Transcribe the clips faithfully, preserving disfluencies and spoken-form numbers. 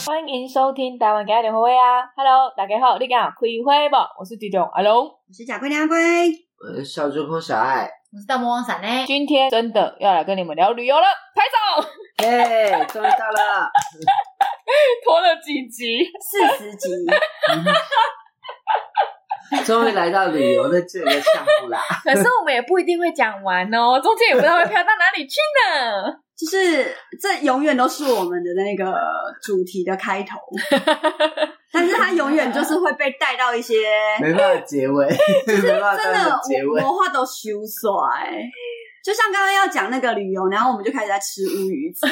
欢迎收听台湾家的花啊 ！Hello， 大家好，你敢开会不？我是队长阿龙， 我是假龟娘龟， 我是小猪空小爱， 我是大魔王闪呢。 今天真的要来跟你们聊旅游了，拍手！ 耶、yeah, 终于到了， 拖了几集？ 四十集， 终于来到旅游的这个项目啦。 可是我们也不一定会讲完哦，中间也不知道会飘到哪里去呢。 就是这永远都是我们的那个主题的开头，但是它永远就是会被带到一些没办法结尾， 就是没办法真的结尾， 我话都修耍哎。就像刚刚要讲那个旅游，然后我们就开始在吃乌鱼子。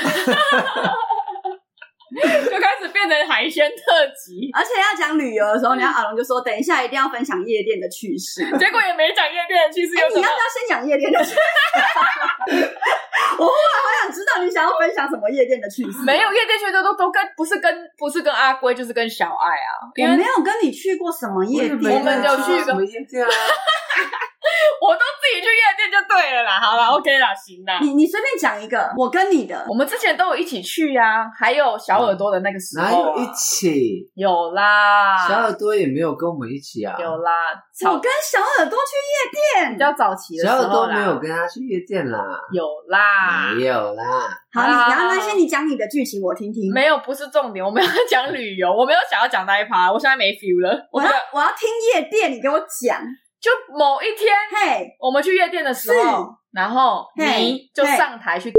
就开始变成海鲜特辑， 而且要讲旅游的时候，然后阿龙就说等一下一定要分享夜店的趣事， 结果也没讲夜店的趣事。 欸、你要不要先讲夜店的趣事？我忽然好想知道你想要分享什么夜店的趣事。 没有，夜店趣事都都跟不是跟不是跟阿龟就是跟小爱啊。 我没有跟你去过什么夜店， 我们有去什么夜店啊？ 我都自己去夜店就对了啦，好啦 OK 啦，行啦。 你你随便讲一个，我跟你的， 我们之前都有一起去啊，还有小耳朵的那个时候、啊， 哪有一起？ 有啦， 小耳朵也没有跟我们一起啊。 有啦， 我跟小耳朵去夜店， 比较早期的时候啦。 小耳朵没有跟他去夜店啦， 有啦， 没有啦。 好，你然后那些你讲你的剧情我听听。 没有，不是重点，我们要讲旅游，我没有想要讲那一趴，我现在没 feel 了。 我要我要听夜店，你给我讲。 就某一天， 嘿， hey, 我们去夜店的时候，然后你就上台去， hey,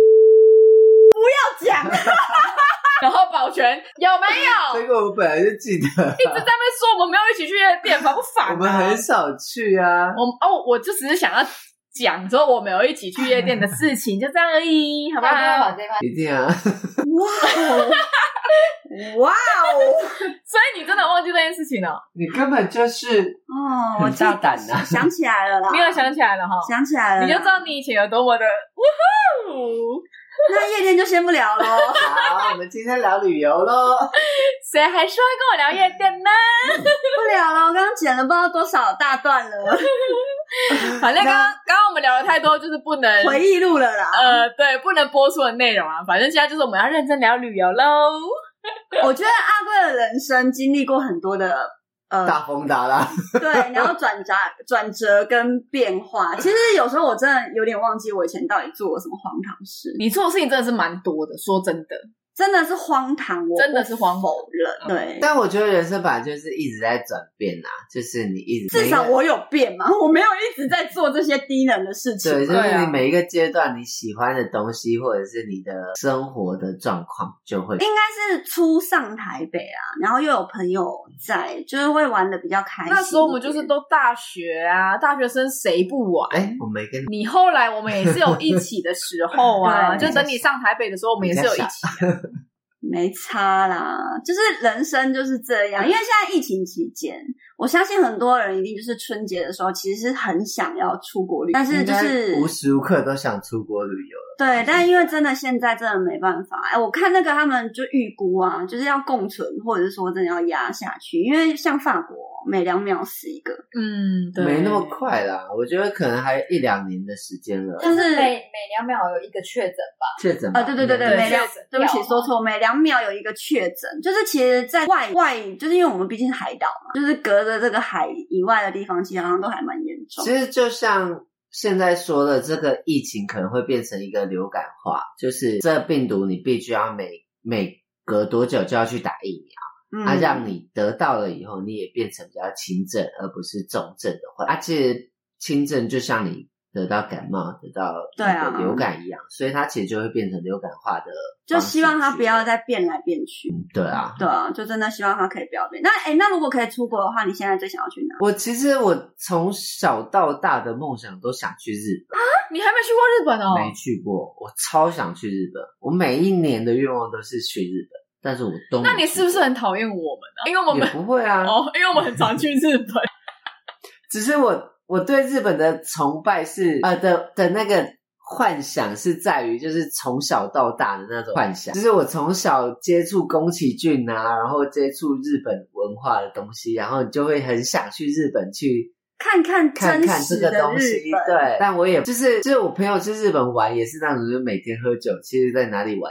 不要讲， 然后保全有没有？ 这个我本来就记得， 一直在那边说我们没有一起去夜店，烦不烦、啊？ 我们很少去啊。 我哦，我就只是想要讲说我们有一起去夜店的事情，就这样而已，好不好？ 一定啊！ 哇哇哦！ 所以你真的忘记这件事情了？ 你根本就是哦， 很大胆啊！ 想起来了啦， 你有想起来了哈？ 想起来了， 你就知道你以前有多么的呜呼。 那夜店就先不聊咯。 好，我们今天聊旅游咯。 谁还说会跟我聊夜店呢？ 不聊了，我刚刚剪了不知道多少大段了。 反正刚刚刚刚我们聊了太多，就是不能回忆录了啦。 呃，对，不能播出的内容啊。反正现在就是我们要认真聊旅游喽。 我觉得阿贵的人生经历过很多的呃大风大浪， 对，然后转折、转折跟变化。其实有时候我真的有点忘记我以前到底做过什么荒唐事。 你做的事情真的是蛮多的，说真的。 真的是荒唐，我真的是荒否认。对， 但我觉得人生本来就是一直在转变啊，就是你一直至少我有变嘛，我没有一直在做这些低能的事情。 对，就是你每一个阶段你喜欢的东西，或者是你的生活的状况，就会应该是初上台北啊，然后又有朋友在，就是会玩的比较开心。 那时候我们就是都大学啊，大学生谁不玩？ 哎，我没跟你后来我们也是有一起的时候啊，就等你上台北的时候，我们也是有一起的。 没差啦，就是人生就是这样。因为现在疫情期间，我相信很多人一定就是春节的时候其实是很想要出国旅，但是就是无时无刻都想出国旅游了。 对，但因为真的现在真的没办法。哎，我看那个他们就预估啊，就是要共存，或者是说真的要压下去。因为像法国每两秒死一个， 嗯，对， 没那么快啦，我觉得可能还一两年的时间了。 就是每每两秒有一个确诊吧？ 确诊啊，对对对对，每两对不起说错，每两秒有一个确诊，就是其实，在外外，就是因为我们毕竟是海岛嘛，就是隔着这个海以外的地方，其实好像都还蛮严重。 其实就像现在说的，这个疫情可能会变成一个流感化，就是这病毒你必须要每每隔多久就要去打疫苗，它、嗯啊、让你得到了以后，你也变成比较轻症，而不是重症的话，啊，其实轻症就像你得到感冒、得到那个流感一样，啊、所以它其实就会变成流感化的。 就希望它不要再变来变去。 嗯，对啊， 对啊，就真的希望它可以不要变。那哎，那如果可以出国的话，你现在最想要去哪？ 我其实我从小到大的梦想都想去日本啊！你还没去过日本哦？ 没去过，我超想去日本。我每一年的愿望都是去日本，但是我都没去过。 那你是不是很讨厌我们啊？因为我们也不会啊， 哦，因为我们很常去日本。 只是我我对日本的崇拜是呃的的那个。幻想是在于就是从小到大的那种幻想，就是我从小接触宫崎骏啊，然后接触日本文化的东西，然后你就会很想去日本去看看看看这个东西。对，但我也就是就是我朋友去日本玩也是那种就是每天喝酒，其实在哪里玩都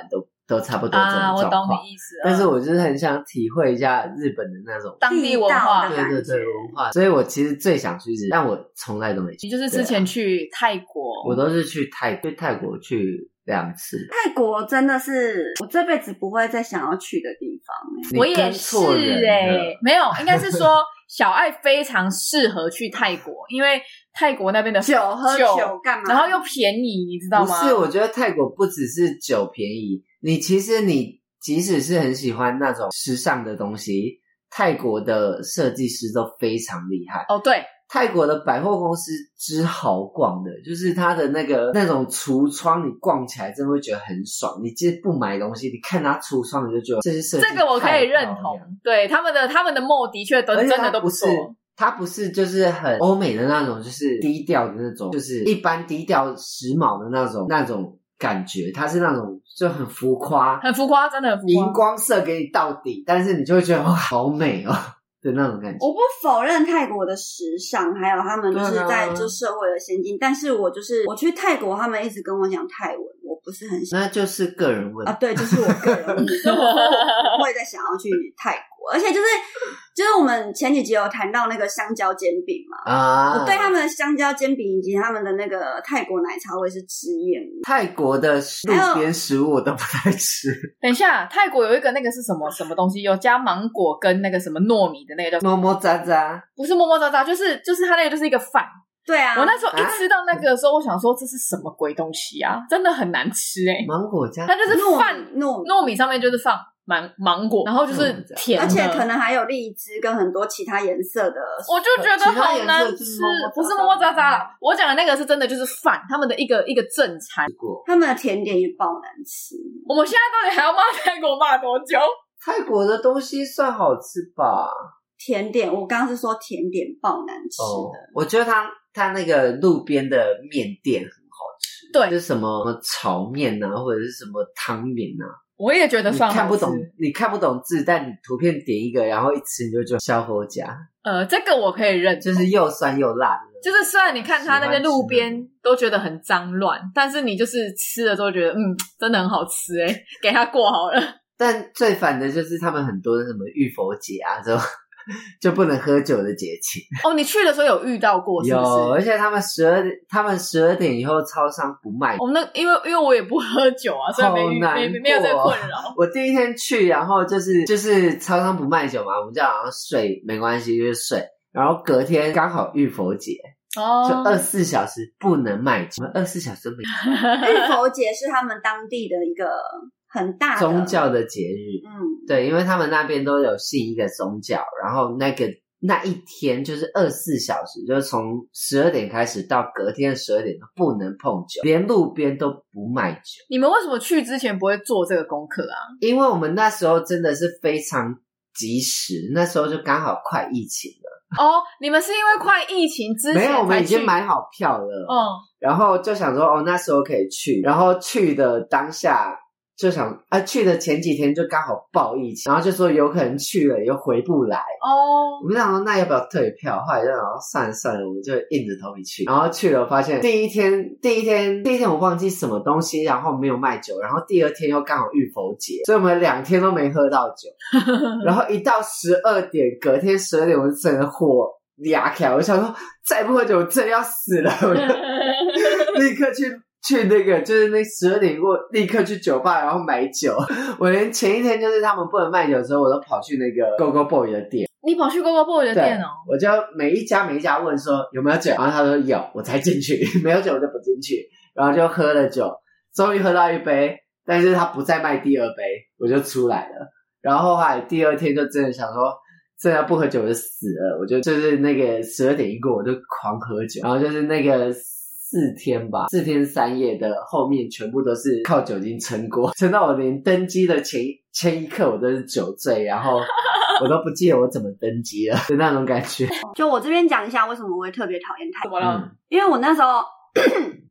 都差不多这种啊，我状况。 懂你意思。 但是我就是很想体会一下日本的那种当地文化， 对对对文化，所以我其实最想去日本，但我从来都没去。 你就是之前去泰国， 啊、我都是去泰去泰国去两次。 泰国真的是我这辈子不会再想要去的地方、 欸、我也是哎、欸，没有，应该是说小爱非常适合去泰国，因为泰国那边的酒喝酒干嘛， 然后又便宜，你知道吗？ 不是，我觉得泰国不只是酒便宜，你其实你即使是很喜欢那种时尚的东西，泰国的设计师都非常厉害。 哦，对。 泰国的百货公司之好逛的，就是它的那个那种橱窗，你逛起来真的会觉得很爽。你其实不买东西，你看它橱窗，你就觉得这些设计这个我可以认同。对，他们的他们的mall的确都真的都不错。 它不是就是很欧美的那种，就是低调的那种，就是一般低调时髦的那种那种感觉。它是那种就很浮夸， 很浮夸，真的很浮夸， 荧光色给你到底，但是你就会觉得哇，好美哦。的那种感觉， 我不否认泰国的时尚，还有他们就是在就社会的先进，但是我就是我去泰国，他们一直跟我讲泰文，我不是很喜欢， 那就是个人问题啊，对，就是我个人问题，所以我不会再想要去泰国，而且就是就是我们前几集有谈到那个香蕉煎饼嘛， 啊， 我对他们的香蕉煎饼以及他们的那个泰国奶茶我也是直言， 泰国的路边食物我都不太吃。 等一下，泰国有一个那个是什么什么东西，有加芒果跟那个什么糯米的那个叫么么喳喳， 不是么么喳喳，就是就是它那个就是一个饭。 对啊， 我那时候一吃到那个的时候，我想说这是什么鬼东西啊，真的很难吃欸。 芒果加它就是饭糯米糯米上面就是放芒芒果，然后就是甜的， 而且可能还有荔枝跟很多其他颜色的， 我就觉得好难吃。不是么么喳喳啦，我讲的那个是真的就是饭，他们的一个一个正餐。 他们的甜点也爆难吃。 我们现在到底还要骂泰国骂多久？ 泰国的东西算好吃吧？ 甜点，我刚刚是说甜点爆难吃的。 哦、我觉得它它那个路边的面店很好吃， 对， 就是什么炒面啊，或者是什么汤面啊。 我也觉得算好吃。 你看不懂，你看不懂字，但你图片点一个，然后一吃你就觉得消火夹。 呃，这个我可以认同， 就是又酸又辣的。 就是虽然你看它那个路边都觉得很脏乱，但是你就是吃了之后觉得，嗯，真的很好吃诶，给它过好了。 但最烦的就是他们很多什么浴佛节啊，这种就不能喝酒的节庆。 哦，你去的时候有遇到过是不是？ 有，而且他们十二点，他们十二点以后超商不卖。 我们那因为因为我也不喝酒啊，所以没没没有这个困扰。 我第一天去，然后就是就是超商不卖酒嘛，我们就好像睡没关系，就是睡。然后隔天刚好浴佛节。哦，就二十四小时不能卖酒，二十四小时都没。 浴佛节是他们当地的一个很大的宗教的节日，嗯，对，因为他们那边都有信一个宗教，然后那个那一天就是二十四小时，就是从十二点开始到隔天的十二点都不能碰酒，连路边都不卖酒。 你们为什么去之前不会做这个功课啊？ 因为我们那时候真的是非常及时，那时候就刚好快疫情了。 哦，你们是因为快疫情之前才去？ 没有，我们已经买好票了。嗯，然后就想说，哦，那时候可以去。然后去的当下就想，啊，去的前几天就刚好爆疫情，然后就说有可能去了又回不来。哦，我们想说那要不要退票？后来就想说算了算了，我们就硬着头皮去。然后去了，发现第一天第一天第一天我忘记什么东西，然后没有卖酒，然后第二天又刚好浴佛节，所以我们两天都没喝到酒。然后一到十二点，隔天十二点，我就整个火压起来，我想说再不喝酒我真的要死了，我就立刻去去那个就是那十二点过立刻去酒吧然后买酒。我连前一天就是他们不能卖酒的时候我都跑去那个 Go Go Boy 的店。 你跑去 Go Go Boy 的店哦？ 我就每一家每一家问说有没有酒，然后他说有我才进去，没有酒我就不进去，然后就喝了酒，终于喝到一杯，但是他不再卖第二杯，我就出来了。然后后来第二天就真的想说真的不喝酒我就死了，我就就是那个十二点一过我就狂喝酒，然后就是那个四天吧，四天三夜的后面全部都是靠酒精撑过，撑到我连登机的前前一刻我都是酒醉，然后我都不记得我怎么登机了的那种感觉。 就我这边讲一下为什么我会特别讨厌泰国， 嗯、 因为我那时候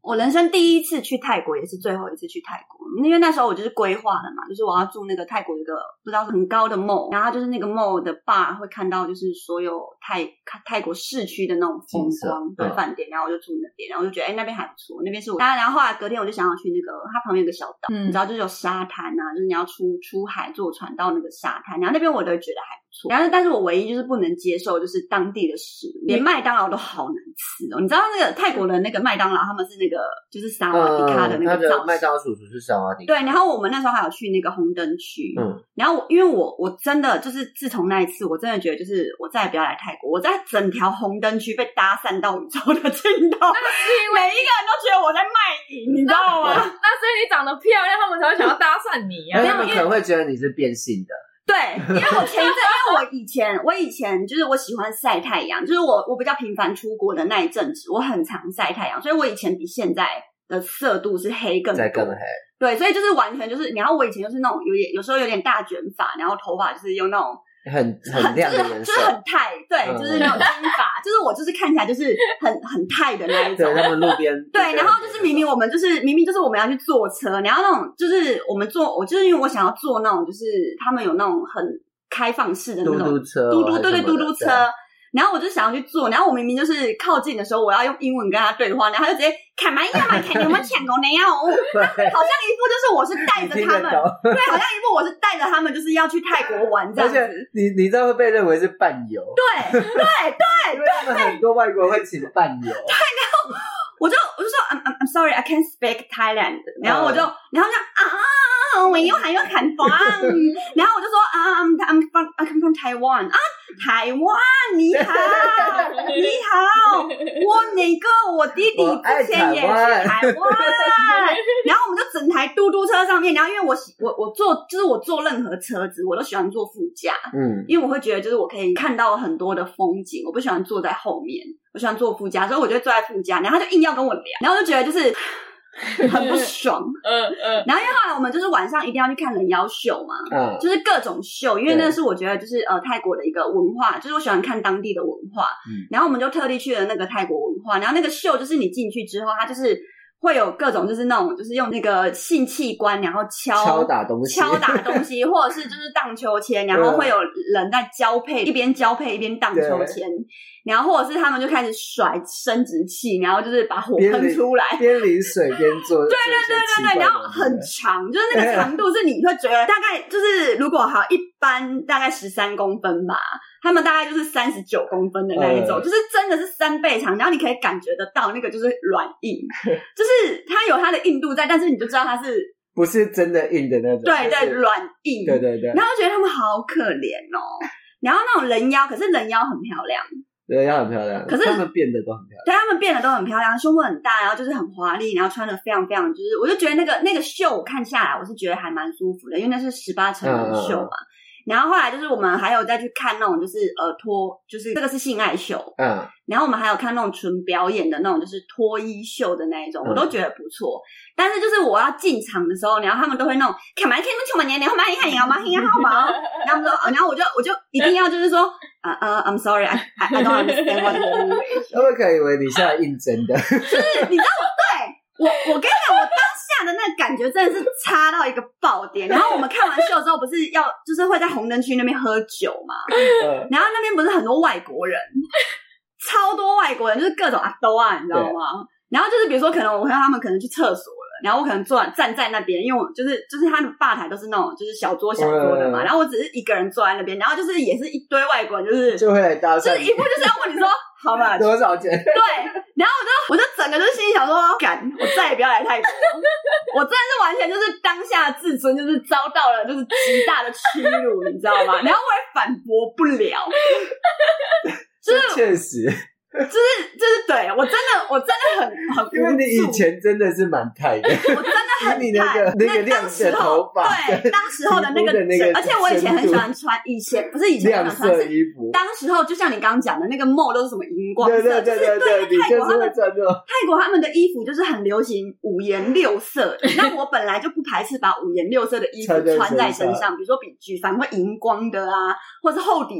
我人生第一次去泰国，也是最后一次去泰国，因为那时候我就是规划了嘛，就是我要住那个泰国一个不知道很高的 mall， 然后就是那个 mall 的 bar 会看到就是所有泰泰国市区的那种风光对饭店，然后我就住那边，然后我就觉得哎、欸、那边还不错，那边是我。当然，然后后来隔天我就想要去那个它旁边有个小岛，嗯、你知道就是有沙滩啊，就是你要出出海坐船到那个沙滩，然后那边我都觉得还不错。然后但是我唯一就是不能接受就是当地的食物，连麦当劳都好难吃哦。你知道那个泰国的那个麦当劳，他们是那个就是萨瓦迪卡的那个造型， 嗯、麦当劳叔叔是萨瓦迪卡。 对，然后我们那时候还有去那个红灯区，嗯，然后我因为我我真的就是自从那一次，我真的觉得就是我再也不要来泰国。我在整条红灯区被搭讪到宇宙的尽头，每一个人都觉得我在卖淫，你知道吗？ 那所以你长得漂亮，他们才会想要搭讪你啊。 他们可能会觉得你是变性的。 对，因为我前一阵，因为我以前，我以前就是我喜欢晒太阳，就是我我比较频繁出国的那一阵子，我很常晒太阳，所以我以前比现在的色度是黑更多， 再更黑。 对，所以就是完全就是，然后我以前就是那种有点有时候有点大卷发，然后头发就是用那种很很亮的颜色， 就是很泰，对，嗯、就是那种金发，就是我就是看起来就是很很泰的那一种。 对，他们路边对，然后就是明明我们就是明明就是我们要去坐车，然后那种就是我们坐，我就是因为我想要坐那种就是他们有那种很开放式的那种嘟嘟车， 嘟嘟对对嘟嘟车。然后我就想要去做，然后我明明就是靠近的时候，我要用英文跟他对话，然后他就直接看嘛呀嘛，看有没有抢狗那样，好像一副就是我是带着他们，对，好像一副我是带着他们就是要去泰国玩这样子。 而且你你知道会被认为是伴游， 对对对， 因为他们很多外国人会请伴游。 对，然后我就我就说 I'm I'm sorry I can't speak Thailand， 然后我就、嗯、然后就啊，我又还要喊房，然后我就说啊 I'm I'm from I come from Taiwan 啊。台湾，你好，你好，我那个我弟弟之前也去台湾，然后我们就整台嘟嘟车上面，然后因为我我我坐就是我坐任何车子我都喜欢坐副驾，嗯，因为我会觉得就是我可以看到很多的风景，我不喜欢坐在后面，我喜欢坐副驾，所以我就坐在副驾，然后他就硬要跟我聊，然后就觉得就是很不爽，嗯嗯，然后因为后来我们就是晚上一定要去看人妖秀嘛，嗯，就是各种秀，因为那是我觉得就是呃泰国的一个文化，就是我喜欢看当地的文化，嗯，然后我们就特地去了那个泰国文化，然后那个秀就是你进去之后，它就是会有各种就是那种就是用那个性器官，然后敲敲打东西， 敲打东西，或者是就是荡秋千，然后会有人在交配，一边交配一边荡秋千。然后或者是他们就开始甩生殖器，然后就是把火喷出来， 边淋水边做。 对对对对对，然后很长，就是那个长度是你会觉得大概就是如果好一般大概十三公分吧，他们大概就是三十九公分的那一种，嗯、就是真的是三倍长，然后你可以感觉得到那个就是软硬，就是它有它的硬度在，但是你就知道它是不是真的硬的那种。 对对，软硬。 对对对。 然后觉得他们好可怜哦，然后那种人妖，可是人妖很漂亮。 对，要很漂亮，可是他们变得都很漂亮。 对，他们变得都很漂亮，胸部很大，然后就是很华丽，然后穿的非常非常，就是我就觉得那个那个秀我看下来，我是觉得还蛮舒服的，因为那是十八层的秀嘛。嗯嗯，然后后来就是我们还有再去看那种就是呃脱，就是这个是性爱秀，嗯，然后我们还有看那种纯表演的那种就是脱衣秀的那一种，我都觉得不错。但是就是我要进场的时候，然后他们都会那种干嘛？看不起我年龄，干嘛？你看你好吗？你好吗？然后说，然后我就我就一定要就是说，呃呃 ，I'm sorry, I I don't understand what you're doing。 他们可以以为你是来应征的， 就是你知道我对我我跟你讲，我当下的那个感觉真的是差到一个爆点。然后我们看完秀之后，不是要就是会在红灯区那边喝酒嘛？嗯、然后那边不是很多外国人，超多外国人，就是各种阿兜啊，你知道吗？然后就是比如说，可能我看他们可能去厕所。然后我可能坐站在那边，因为我就是就是他的吧台都是那种就是小桌小桌的嘛，嗯、然后我只是一个人坐在那边，然后就是也是一堆外国人，就是就会来搭讪， 就是一副就是要问你说好吧多少钱？ 对，然后我就我就整个就是心里想说，干，我再也不要来泰国，我真的是完全就是当下的自尊就是遭到了就是极大的屈辱，你知道吗？然后我也反驳不了， 就是确实。 就是就是对我真的我真的很很因为你以前真的是蛮泰的， 我真的很泰。 你那个那个亮色头发， 对，当时候的那个，而且我以前很喜欢穿，以前不是以前亮色衣服， 当时候就像你刚刚讲的那个 mall 都是什么荧光色， 对对对对对， 就是泰国他们泰国他们的衣服就是很流行五颜六色的，那我本来就不排斥把五颜六色的衣服穿在身上，比如说比举凡会荧光的啊，或是厚底。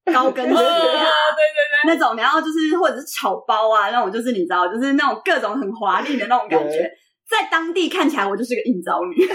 高跟鞋啊， 对对对， 那种，然后就是或者是草包啊，那种就是你知道，就是那种各种很华丽的那种感觉，在当地看起来我就是个应招女，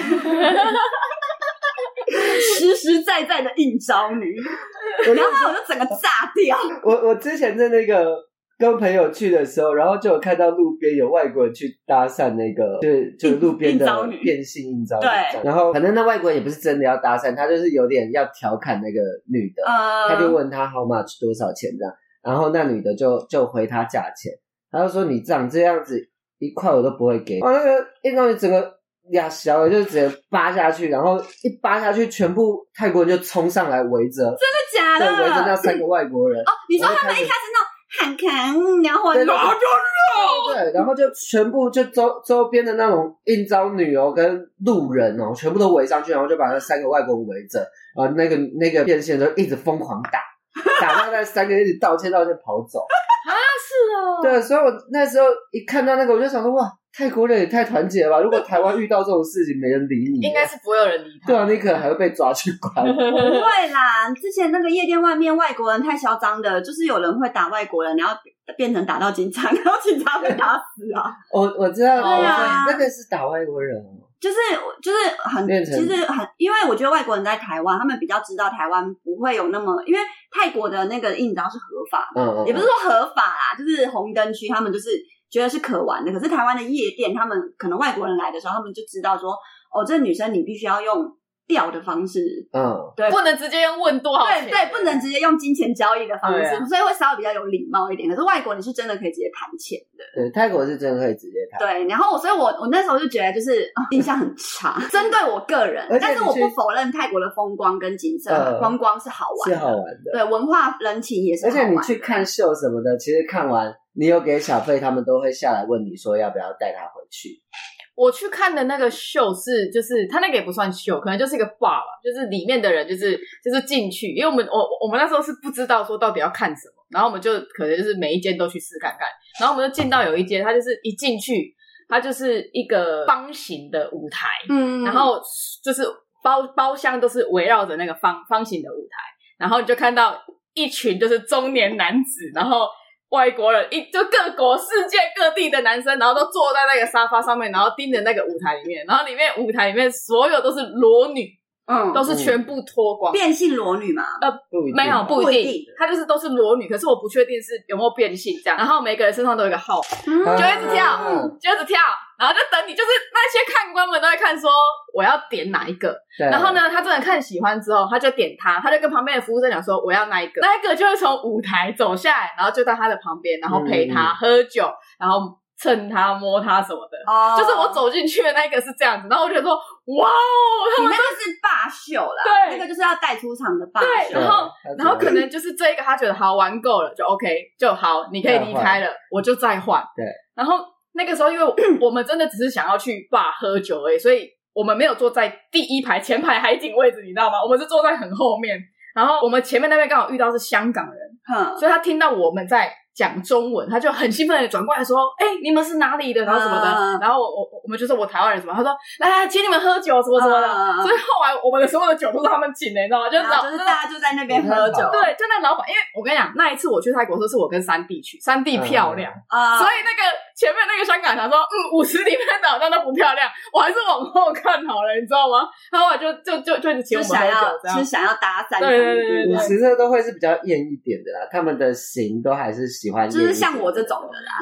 实实在在的应招女，然后我就整个炸掉。 我我之前在那个跟朋友去的时候，然后就有看到路边有外国人去搭讪那个，就是就是路边的变性应招女，对，然后反正那外国人也不是真的要搭讪，他就是有点要调侃那个女的，呃、他就问他 how much 多少钱这样，然后那女的就就回他价钱，他就说你长这样子一块我都不会给，哇，那个应招女整个俩小就直接扒下去，然后一扒下去，全部泰国人就冲上来围着，真的假的？ 对，围着那三个外国人。 哦，你说他们一开始那种喊扛，然后对，然后就对，然后就全部就周周边的那种应招女哦跟路人哦，全部都围上去，然后就把那三个外国人围着，然后那个那个变性就一直疯狂打，打到那三个人一直道歉道歉跑走。 啊，是哦。 对，所以我那时候一看到那个，我就想说，哇，泰国人也太团结了吧！如果台湾遇到这种事情，没人理你， 应该是不会有人理他。 对啊，你可能还会被抓去关。 不会啦，之前那个夜店外面外国人太嚣张的，就是有人会打外国人，然后变成打到警察，然后警察被打死啊。 我我知道， 对啊， 那个是打外国人哦。 就是就是很，其实很，因为我觉得外国人在台湾，他们比较知道台湾不会有那么，因为泰国的那个应招是合法的，嗯嗯，也不是说合法啦，就是红灯区，他们就是觉得是可玩的。可是台湾的夜店，他们可能外国人来的时候，他们就知道说，哦，这个女生你必须要用调的方式，嗯，对， 不能直接用问多少钱， 对对，不能直接用金钱交易的方式，啊、所以会稍微比较有礼貌一点。可是外国你是真的可以直接谈钱的， 对，泰国是真的可以直接谈。 对，然后所以我我那时候就觉得就是、哦、印象很差，针对我个人，但是我不否认泰国的风光跟景色、呃、观光是好玩的， 是好玩的， 对，文化人情也是好玩的。 而且你去看秀什么的，其实看完你有给小费，他们都会下来问你说要不要带他回去。 我去看的那个秀是，就是他那个也不算秀，可能就是一个 bar 吧，就是里面的人就是就是进去，因为我们我我们那时候是不知道说到底要看什么，然后我们就可能就是每一间都去试看看，然后我们就进到有一间，它就是一进去，它就是一个方形的舞台，嗯，然后就是包包厢都是围绕着那个方方形的舞台，然后你就看到一群就是中年男子，然后外国人一就各国世界各地的男生，然后都坐在那个沙发上面，然后盯着那个舞台里面，然后里面舞台里面所有都是裸女，嗯，都是全部脱光， 变性裸女嘛？ 呃， 不一定， 没有不一定，他就是都是裸女，可是我不确定是有没有变性这样。然后每个人身上都有一个号，嗯、就一直跳，嗯、就一直跳，然后就等你，就是那些看官们都会看说我要点哪一个，然后呢，他真的看喜欢之后，他就点他，他就跟旁边的服务生讲说我要那一个，那一个就会从舞台走下来，然后就到他的旁边，然后陪他、嗯、喝酒，然后蹭他摸他什么的，哦，就是我走进去的那个是这样子，然后我就觉得说哇哦， 你那个是霸秀啦， 对， 那个就是要带出场的霸秀， 对，然后然后可能就是这一个他觉得好玩够了就 OK 就好，你可以离开了，我就再换， 对， 然后那个时候因为我们真的只是想要去bar喝酒而已，所以我们没有坐在第一排前排海景位置，你知道吗？我们是坐在很后面，然后我们前面那边刚好遇到是香港人，嗯，所以他听到我们在讲中文，他就很兴奋的转过来说：“哎、欸，你们是哪里的？然后什么的。嗯”然后我我我们就说我台湾人什么，他说：“来来，请你们喝酒什么什么的。嗯”所以后来我们的所有的酒都是他们请的，你知道吗？就老就是大家就在那边喝酒， 对，就那老板，因为我跟你讲，那一次我去泰国的时候是我跟三弟去，三弟漂亮，嗯、所以那个前面那个香港人他说：“嗯，五十里面的好像都不漂亮，我还是往后看好了，你知道吗？”他后来就就就就一直请我们喝酒，这样是想要搭讪， 对对对对， 五十的都会是比较艳一点的啦，他们的型都还是喜欢艳一点的， 就是像我这种的啦。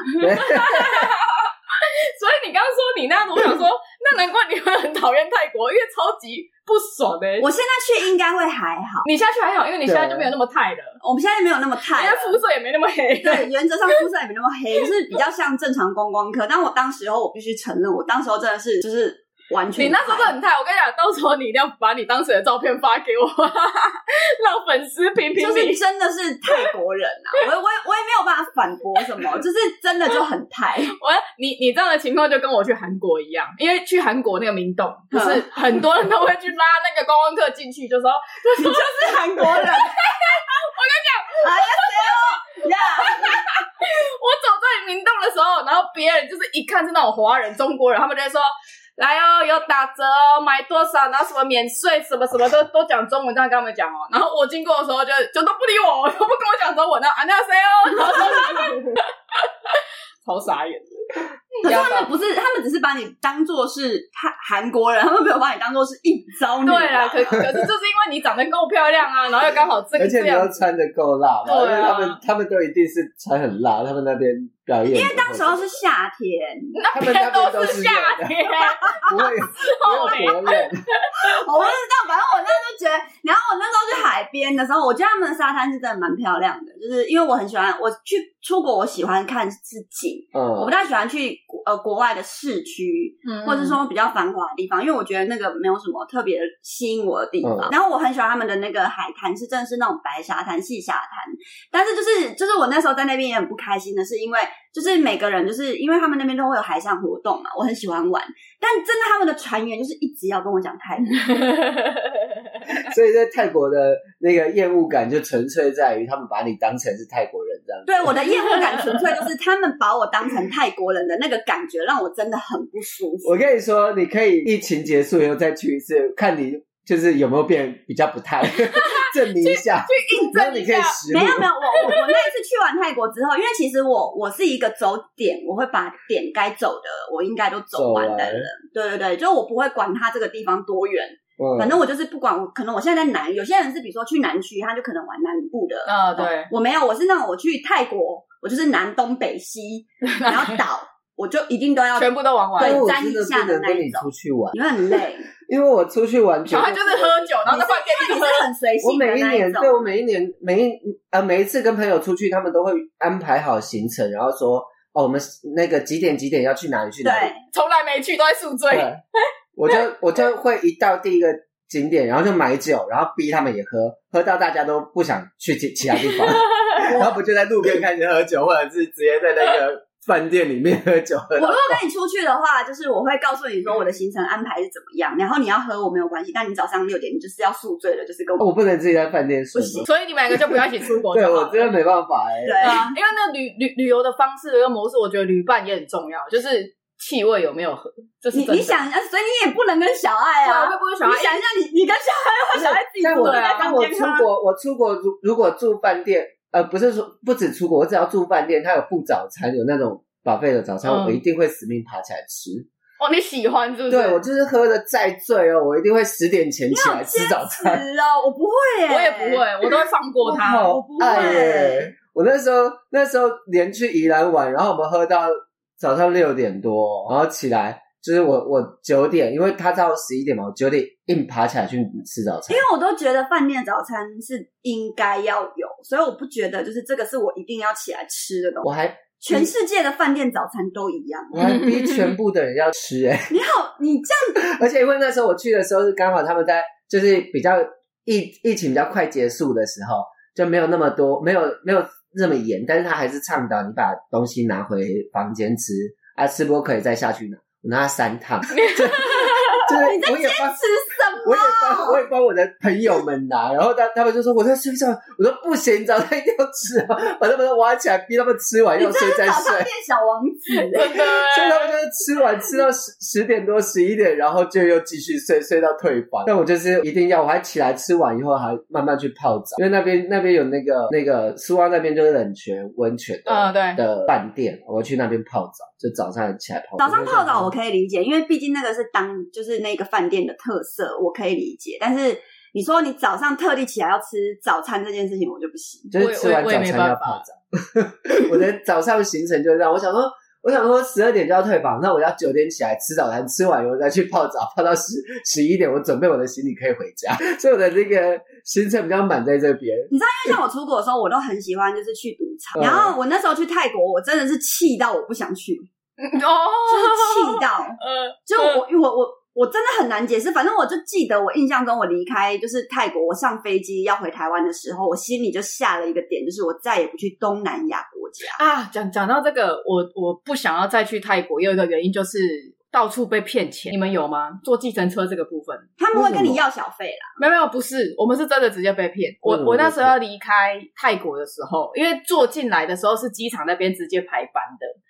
所以你刚刚说你那样子，我想说，那难怪你会很讨厌泰国，因为超级不爽的、欸。 我现在去应该会还好， 你现在去还好，因为你现在就没有那么泰了。 我们现在没有那么泰， 因为肤色也没那么黑。 对，原则上肤色也没那么黑，就是比较像正常观光客。但我当时候我必须承认，我当时候真的是就是。完全， 你那时候很泰，我跟你讲，到时候你一定要把你当时的照片发给我，让粉丝评评理。 就是真的是泰国人啊，我我我也没有办法反驳什么，就是真的就很泰。 我你你这样的情况就跟我去韩国一样，因为去韩国那个明洞，就是很多人都会去拉那个观光客进去，就说你就是韩国人。我跟你讲， 哎呀谁哦呀！ 我走在明洞的时候，然后别人就是一看是那种华人、中国人，他们就会说。 来哦，有打折哦，买多少，然后什么免税，什么什么都都讲中文，这样跟他们讲哦。然后我经过的时候就就都不理我，都不跟我讲中文，然后啊那谁哦，然后超傻眼的。 可是他们不是，他们只是把你当作是韩韩国人，他们没有把你当作是应招女。 对啦，可可是就是因为你长得够漂亮啊，然后又刚好这个， 而且你要穿的够辣嘛， 对啊， 因为他们他们都一定是穿很辣，他们那边表演， 因为当时候是夏天， 他们那边都是夏天， 不会没有活人。 我不知道，反正我那时候觉得，然后我那时候去海边的时候，我觉得他们的沙滩是真的蛮漂亮的，就是因为我很喜欢，我去出国我喜欢看是景，嗯，我不太喜欢去呃国外的市区，嗯，或者说比较繁华的地方，因为我觉得那个没有什么特别吸引我的地方。嗯、然后我很喜欢他们的那个海滩，是真的是那种白沙滩、细沙滩，但是就是就是我那时候在那边也很不开心的是，因为就是每个人就是因为他们那边都会有海上活动嘛，我很喜欢玩，但真的他们的船员就是一直要跟我讲泰语。 所以在泰国的那个厌恶感就纯粹在于他们把你当成是泰国人这样子。 对，我的厌恶感纯粹就是他们把我当成泰国人的那个感觉让我真的很不舒服。 我跟你说，你可以疫情结束以后再去一次，看你就是有没有变比较不泰，证明一下， 去印证一下。 没有没有，我我我那一次去完泰国之后，因为其实我我是一个走点，我会把点该走的我应该都走完的人。对对对，就我不会管他这个地方多远。嗯、反正我就是不管，我可能我现在在南，有些人是比如说去南区，他就可能玩南部的啊、哦，对， 我没有，我是那种我去泰国，我就是南东北西，然后岛，我就一定都要全部都玩完， 对，沾一下的那一种。 跟你出去玩， 你会很累， 因为我出去玩， 小孩就是喝酒，然后在饭店你是很随性的那一种。 我每一年，对我每一年每一呃每一次跟朋友出去，他们都会安排好行程，然后说哦，我们那个几点几点要去哪里去哪里， 对，从来没去都在宿醉。 我就我就会一到第一个景点，然后就买酒，然后逼他们也喝，喝到大家都不想去其其他地方，然后不就在路边开始喝酒，或者是直接在那个饭店里面喝酒喝。 我如果跟你出去的话，就是我会告诉你说我的行程安排是怎么样，然后你要喝我没有关系，但你早上六点你就是要宿醉了，就是跟我我不能自己在饭店睡， 所以你们两个就不要一起出国就好。对， 了。 我真的没办法哎、欸。 对啊， 因为那个旅旅旅游的方式跟模式，我觉得旅伴也很重要，就是气味有没有合，这是真的。 你你想一下，所以你也不能跟小爱啊， 我也不跟小爱。 你想一下，你你跟小爱，我小爱自己住在房间。 我出国，我出国如如果住饭店，呃，不是说不止出国，我只要住饭店，它有附早餐，有那种buffet的早餐，嗯、我一定会死命爬起来吃。 哦，你喜欢是不是？ 对，我就是喝的再醉哦，我一定会十点前起来吃早餐。 哦，我不会耶， 我也不会，我都会放过他。 我不会耶。 我那时候那时候连去宜兰玩，然后我们喝到早上六点多，然后起来就是我我九点，因为他到十一点嘛，我九点硬爬起来去吃早餐。 因为我都觉得饭店早餐是应该要有，所以我不觉得就是这个是我一定要起来吃的东西。 我还全世界的饭店早餐都一样， 我还逼全部的人要吃哎、欸！ 你好，你这样， 而且因为那时候我去的时候是刚好他们在就是比较疫疫情比较快结束的时候，就没有那么多，没有没有那么严，但是他还是倡导你把东西拿回房间吃，啊，吃播可以再下去拿，我拿了三趟。就是我也帮吃什么？ 我也帮，我也帮我的朋友们拿，然后他他们就说我在睡觉，我说不行，早餐一定要吃啊，把他们都挖起来，逼他们吃完要睡再睡。 早餐店小王子，真的， 所以他们就是吃完吃到十十点多十一点，然后就又继续睡，睡到退房。但我就是一定要，我还起来吃完以后还慢慢去泡澡，因为那边那边有那个那个苏澳那边就是冷泉温泉的、 嗯、对的饭店，我去那边泡澡，就早上起来泡澡。 早上泡澡我可以理解，因为毕竟那个是当就是那个饭店的特色，我可以理解。但是你说你早上特地起来要吃早餐这件事情，我就不行。 就是吃完早餐要泡澡。我的早上行程就是这样，我想说。我想说十二点就要退房，那我要九点起来吃早餐，吃完以后再去泡澡，泡到十十一点，我准备我的行李可以回家。所以我的这个行程比较满在这边。 你知道，因为像我出国的时候，我都很喜欢就是去赌场。嗯、然后我那时候去泰国，我真的是气到我不想去， 哦， 就是气到， 呃， 就我我我。我真的很难解释，反正我就记得我印象中我离开就是泰国，我上飞机要回台湾的时候，我心里就下了一个点，就是我再也不去东南亚国家啊。讲讲到这个，我我不想要再去泰国，也有一个原因就是到处被骗钱。你们有吗？坐计程车这个部分， 他们会跟你要小费啦。 没有没有，不是，我们是真的直接被骗。我我那时候要离开泰国的时候，因为坐进来的时候是机场那边直接排班的。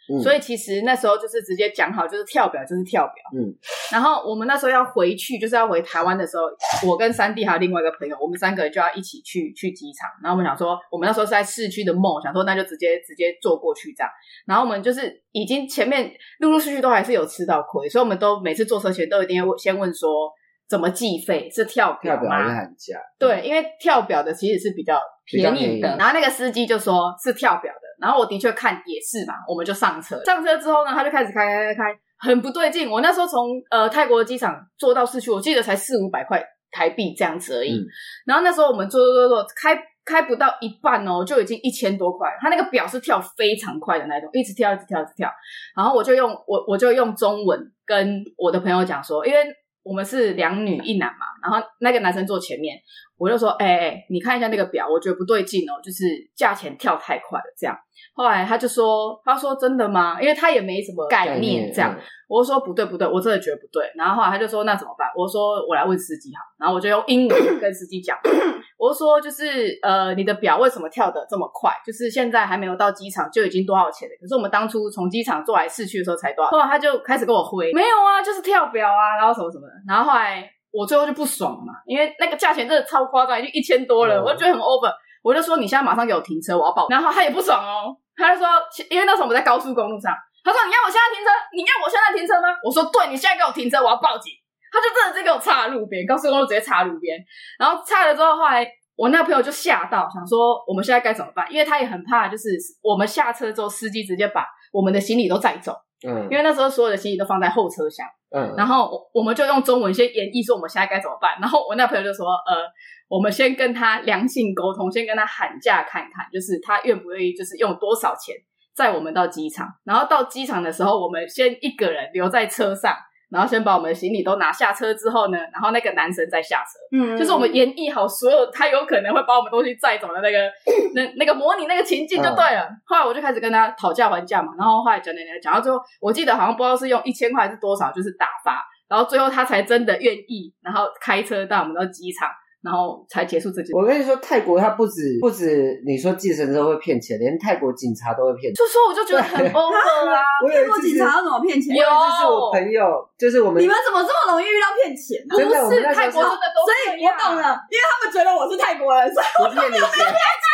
嗯、所以其实那时候就是直接讲好，就是跳表就是跳表。嗯，然后我们那时候要回去，就是要回台湾的时候，我跟三弟还有另外一个朋友，我们三个人就要一起去去机场。然后我们想说，我们那时候是在市区的梦，想说那就直接直接坐过去这样。然后我们就是已经前面陆陆续续都还是有吃到亏，所以我们都每次坐车前都一定要先问说怎么计费，是跳表吗？ 跳表还是喊价？ 对，因为跳表的其实是比较便宜的。然后那个司机就说是跳表的，然后我的确看也是嘛，我们就上车。上车之后呢，他就开始开开开开，很不对劲。我那时候从呃泰国的机场坐到市区，我记得才四五百块台币这样子而已。嗯、然后那时候我们坐坐坐坐开。开不到一半哦，就已经一千多块。他那个表是跳非常快的那种，一直跳，一直跳，一直跳。然后我就用我我就用中文跟我的朋友讲说，因为我们是两女一男嘛，然后那个男生坐前面，我就说，哎、欸、哎、欸，你看一下那个表，我觉得不对劲哦，就是价钱跳太快了这样。后来他就说，他说真的吗？因为他也没什么概念这样。嗯、我就说不对不对，我真的觉得不对。然后后来他就说那怎么办？我说我来问司机好。然后我就用英文跟司机讲。我就说就是呃，你的表为什么跳得这么快？就是现在还没有到机场就已经多少钱了？可是我们当初从机场坐来市区的时候才多少？后来他就开始跟我挥，没有啊，就是跳表啊，然后什么什么的。然后后来我最后就不爽了嘛，因为那个价钱真的超夸张，已经一千多了，嗯、我就觉得很 over。我就说你现在马上给我停车，我要报。然后他也不爽哦，他就说，因为那时候我们在高速公路上，他说你要我现在停车，你要我现在停车吗？我说对，你现在给我停车，我要报警。他就真的直接给我插路边，高速公路直接插路边，然后插了之后，后来我那个朋友就吓到，想说我们现在该怎么办？因为他也很怕，就是我们下车之后，司机直接把我们的行李都载走。嗯，因为那时候所有的行李都放在后车厢。嗯，然后我们就用中文先演绎说我们现在该怎么办。然后我那朋友就说，呃，我们先跟他良性沟通，先跟他喊价看看，就是他愿不愿意，就是用多少钱载我们到机场。然后到机场的时候，我们先一个人留在车上。然后先把我们的行李都拿下车之后呢，然后那个男生再下车，嗯，就是我们演绎好所有他有可能会把我们东西载走的那个那那个模拟那个情境就对了。嗯、后来我就开始跟他讨价还价嘛，然后后来讲讲讲讲到最后，我记得好像不知道是用一千块还是多少，就是打发，然后最后他才真的愿意，然后开车带我们到机场。然后才结束这件事。 我跟你说，泰国它不止不止你说计程车会骗钱，连泰国警察都会骗钱。 就说我就觉得很 over 啊！ 泰国警察要怎么骗钱？ 有，就是我朋友，就是我们。 你们怎么这么容易遇到骗钱？ 真的， 不是泰国真的都所以我懂了，因为他们觉得我是泰国人，所以我就没有骗钱。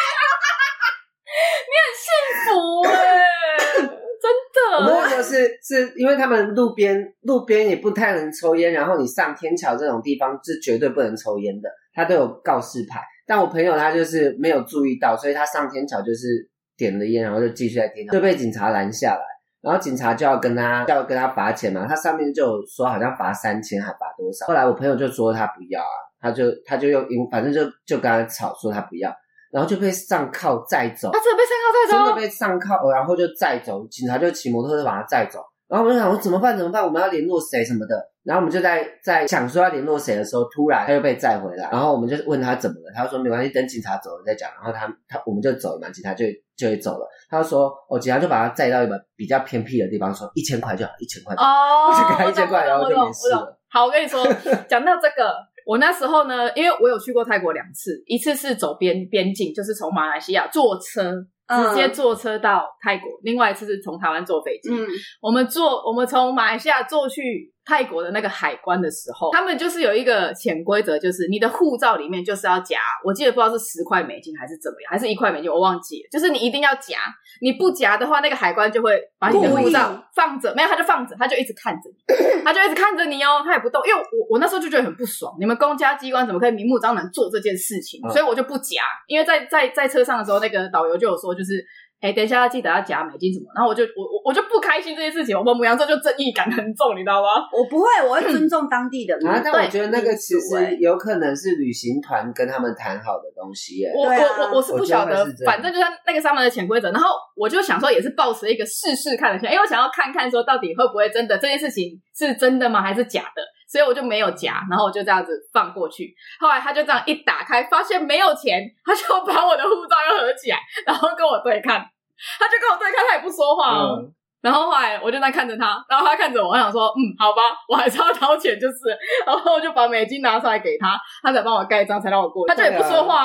你很幸福哎、欸。真的， 我们那时候是是因为他们路边路边也不太能抽烟，然后你上天桥这种地方是绝对不能抽烟的，他都有告示牌。但我朋友他就是没有注意到，所以他上天桥就是点了烟，然后就继续在天桥，就被警察拦下来，然后警察就要跟他就要跟他罚钱嘛，他上面就有说好像罚三千还罚多少。后来我朋友就说他不要啊，他就他就用反正就就跟他吵说他不要。然后就被上铐载走， 他、啊、真的被上铐载走， 真的被上铐，然后就载走，警察就骑摩托车把他载走。然后我们就想说怎么办怎么办，我们要联络谁什么的。然后我们就在在想说要联络谁的时候，突然他又被载回来。然后我们就问他怎么了，他就说没关系，等警察走了再讲。然后他他我们就走了嘛，警察就就会走了。他就说哦，警察就把他载到一个比较偏僻的地方，说一千块就好，一千块就好， 哦， 就给他一千块，然后就没事了。 好，我跟你说，讲到这个。我那时候呢，因为我有去过泰国两次，一次是走边边境，就是从马来西亚坐车直接坐车到泰国，嗯、另外一次是从台湾坐飞机。嗯，我们坐我们从马来西亚坐去泰国的那个海关的时候，他们就是有一个潜规则，就是你的护照里面就是要夹，我记得不知道是十块美金还是怎么样，还是一块美金，我忘记了，就是你一定要夹，你不夹的话，那个海关就会把你的护照放着，没有他就放着，他就一直看着你，他就一直看着你哦，他也不动，因为我我那时候就觉得很不爽，你们公家机关怎么可以明目张胆做这件事情？嗯、所以我就不夹，因为在在在车上的时候，那个导游就有说，就是。哎，等一下要记得要夹美金什么，然后我就我我我就不开心这件事情，我们母羊座就正义感很重，你知道吗？ 我不会，我会尊重当地的人。 啊，但我觉得那个其实有可能是旅行团跟他们谈好的东西耶。 我我我我是不晓得，反正就是那个上面的潜规则。然后我就想说，也是抱持一个试试看的心态，因为我想要看看说到底会不会真的这件事情是真的吗，还是假的？所以我就没有夹，然后我就这样子放过去。后来他就这样一打开，发现没有钱，他就把我的护照又合起来，然后跟我对看。他就跟我对看，他也不说话哦。嗯、然后后来我就在看着他，然后他看着我，我想说，嗯，好吧，我还是要掏钱就是。然后我就把美金拿出来给他，他才帮我盖章，才让我过去。他就也不说话哦。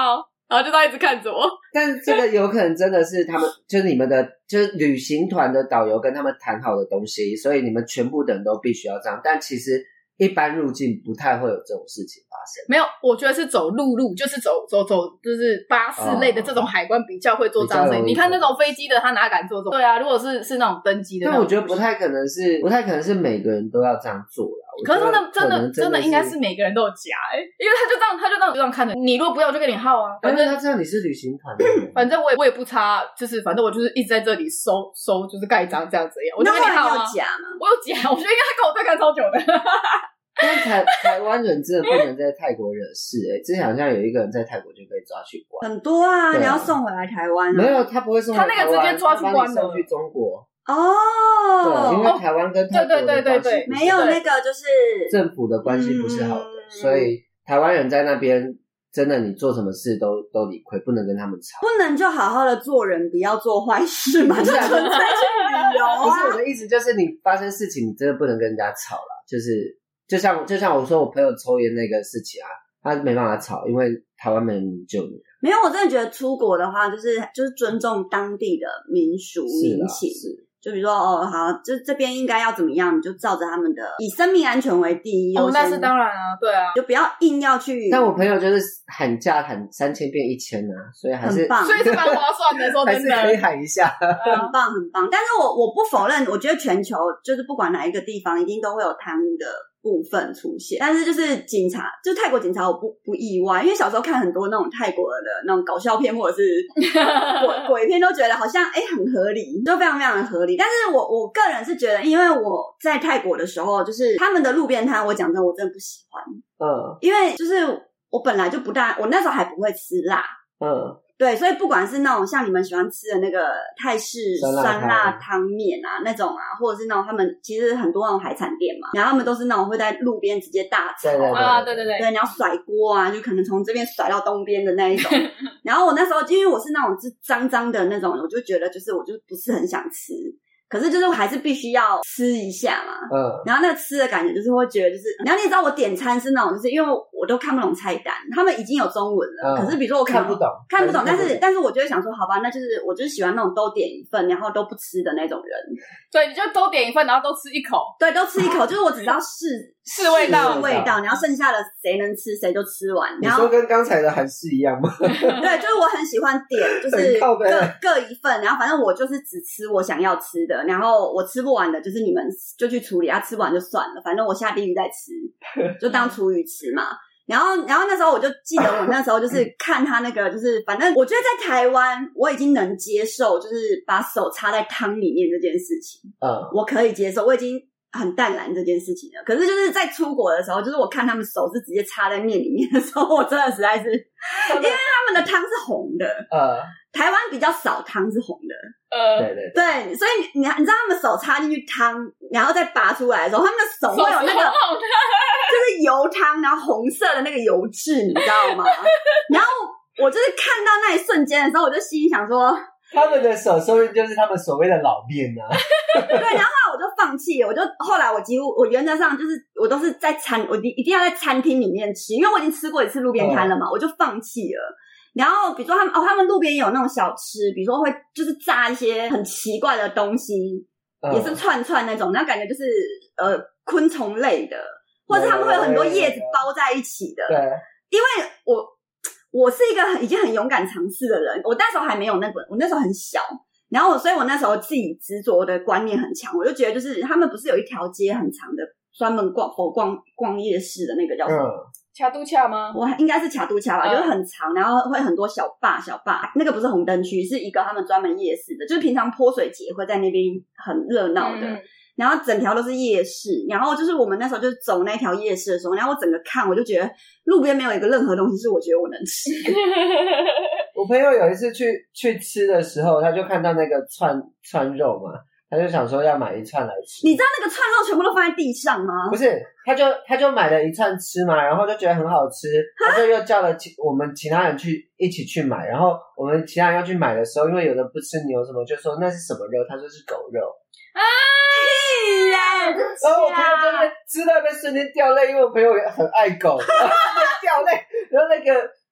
然后就他一直看着我。 但这个有可能真的是他们，就是你们的，就是旅行团的导游跟他们谈好的东西，所以你们全部的人都必须要这样。但其实一般入境不太会有这种事情发生。 没有，我觉得是走陆路，就是走走走，就是巴士类的这种海关比较会做这样的事情。你看那种飞机的，他哪敢做这种？对啊，如果是是那种登机的， 但我觉得不太可能是，不太可能是每个人都要这样做啦。 可是真的真的真真的应该是每个人都有夹哎、欸，因为他就这样他就这样就这样看着你，如果不要我就给你号啊， 反正他知道你是旅行团的人， 反正我也我也不差，就是反正我就是一直在这里收收就是盖章这样子样，我就给你号啊。 那后来你有夹吗？ 我有夹，我觉得应该他跟我对看超久的。 因为台台湾人真的不能在泰国惹事哎、欸，之前好像有一个人在泰国就被抓去关， 很多啊， 啊你要送回来台湾啊？ 没有，他不会送回台湾， 他那个直接抓去关了， 送去中国。 哦， 对，因为台湾跟泰国的关系对对对对对没有那个就是政府的关系不是好的， 嗯、 所以台湾人在那边真的你做什么事都都理亏，不能跟他们吵。 不能就好好的做人，不要做坏事嘛，就纯粹去旅游啊。 不是我的意思，就是你发生事情，你真的不能跟人家吵啦。就是就像就像我说我朋友抽烟那个事情啊，他没办法吵，因为台湾没人救你。 没有，我真的觉得出国的话，就是就是尊重当地的民俗民情。 是就比如说哦，好，这这边应该要怎么样，你就照着他们的，以生命安全为第一优先。哦，那是当然啊，对啊， 就不要硬要去。 但我朋友就是喊价喊三千变一千啊，所以还是很棒， 所以是蛮划算的，说真的， 还是可以喊一下， 很棒很棒。但是我我不否认，我觉得全球就是不管哪一个地方，一定都会有贪污的部分出现，但是就是警察，就泰国警察，我不不意外，因为小时候看很多那种泰国的那种搞笑片或者是鬼鬼片，都觉得好像哎、欸、很合理，就非常非常的合理。但是我我个人是觉得，因为我在泰国的时候，就是他们的路边摊，我讲真的，我真的不喜欢， 嗯， 因为就是我本来就不大，我那时候还不会吃辣， 嗯。 对，所以不管是那种像你们喜欢吃的那个泰式酸辣汤面啊那种啊，或者是那种他们其实很多那种海产店嘛，然后他们都是那种会在路边直接大炒啊，对对对， 对，你要甩锅啊，就可能从这边甩到东边的那一种。然后我那时候因为我是那种是脏脏的那种，我就觉得就是我就不是很想吃。可是就是我还是必须要吃一下嘛，嗯，然后那个吃的感觉就是会觉得就是，然后你也知道我点餐是那种就是因为我都看不懂菜单，他们已经有中文了，嗯、可是比如说我看不懂， 看不懂，但是但是我就会想说，好吧，那就是我就是喜欢那种都点一份，然后都不吃的那种人， 对，你就都点一份，然后都吃一口， 对，都吃一口，就是我只要试试味道， 试味道，然后剩下的谁能吃谁就吃完。 你说跟刚才的韩式一样吗？ 对，就是我很喜欢点，就是各各一份，然后反正我就是只吃我想要吃的，然后我吃不完的，就是你们就去处理啊，吃不完就算了，反正我下地狱再吃，就当厨余吃嘛。然后，然后那时候我就记得我那时候就是看他那个，就是反正我觉得在台湾我已经能接受，就是把手插在汤里面这件事情，嗯，我可以接受，我已经很淡然这件事情了。可是就是在出国的时候，就是我看他们手是直接插在面里面的时候，我真的实在是，因为他们的汤是红的，呃，台湾比较少汤是红的。 呃， 对对对，所以你你知道他们手插进去汤，然后再拔出来的时候，他们的手会有那个就是油汤，然后红色的那个油脂，你知道吗？然后我就是看到那一瞬间的时候，我就心里想说， 他们的手说不定就是他们所谓的老面啊。 对，然后后来我就放弃了，我就后来我几乎我原则上就是我都是在餐，我一定要在餐厅里面吃，因为我已经吃过一次路边摊了嘛，哦、我就放弃了。然后比如说他们哦，他们路边也有那种小吃，比如说会就是炸一些很奇怪的东西，嗯、也是串串那种，然后感觉就是呃昆虫类的，或者是他们会有很多叶子包在一起的。 对， 因为我我是一个很已经很勇敢尝试的人，我那时候还没有那个，我那时候很小，然后所以我那时候自己执着的观念很强，我就觉得就是他们不是有一条街很长的专门逛佛逛逛夜市的那个叫什么？嗯卡都卡吗？ 我应该是卡都卡吧，嗯、就是很长，然后会很多小坝小坝。那个不是红灯区，是一个他们专门夜市的，就是平常泼水节会在那边很热闹的。嗯、然后整条都是夜市，然后就是我们那时候就是走那条夜市的时候，然后我整个看，我就觉得路边没有一个任何东西是我觉得我能吃。 我朋友有一次去去吃的时候，他就看到那个串串肉嘛。他就想说要买一串来吃， 你知道那个串肉全部都放在地上吗？ 不是，他就他就买了一串吃嘛，然后就觉得很好吃，他就又叫了其我们其他人去一起去买，然后我们其他人要去买的时候，因为有人不吃牛什么，就说那是什么肉，他说是狗肉啊，屁啦！ 然后我朋友就是吃到那边瞬间掉泪，因为我朋友很爱狗，然后掉泪，然后那个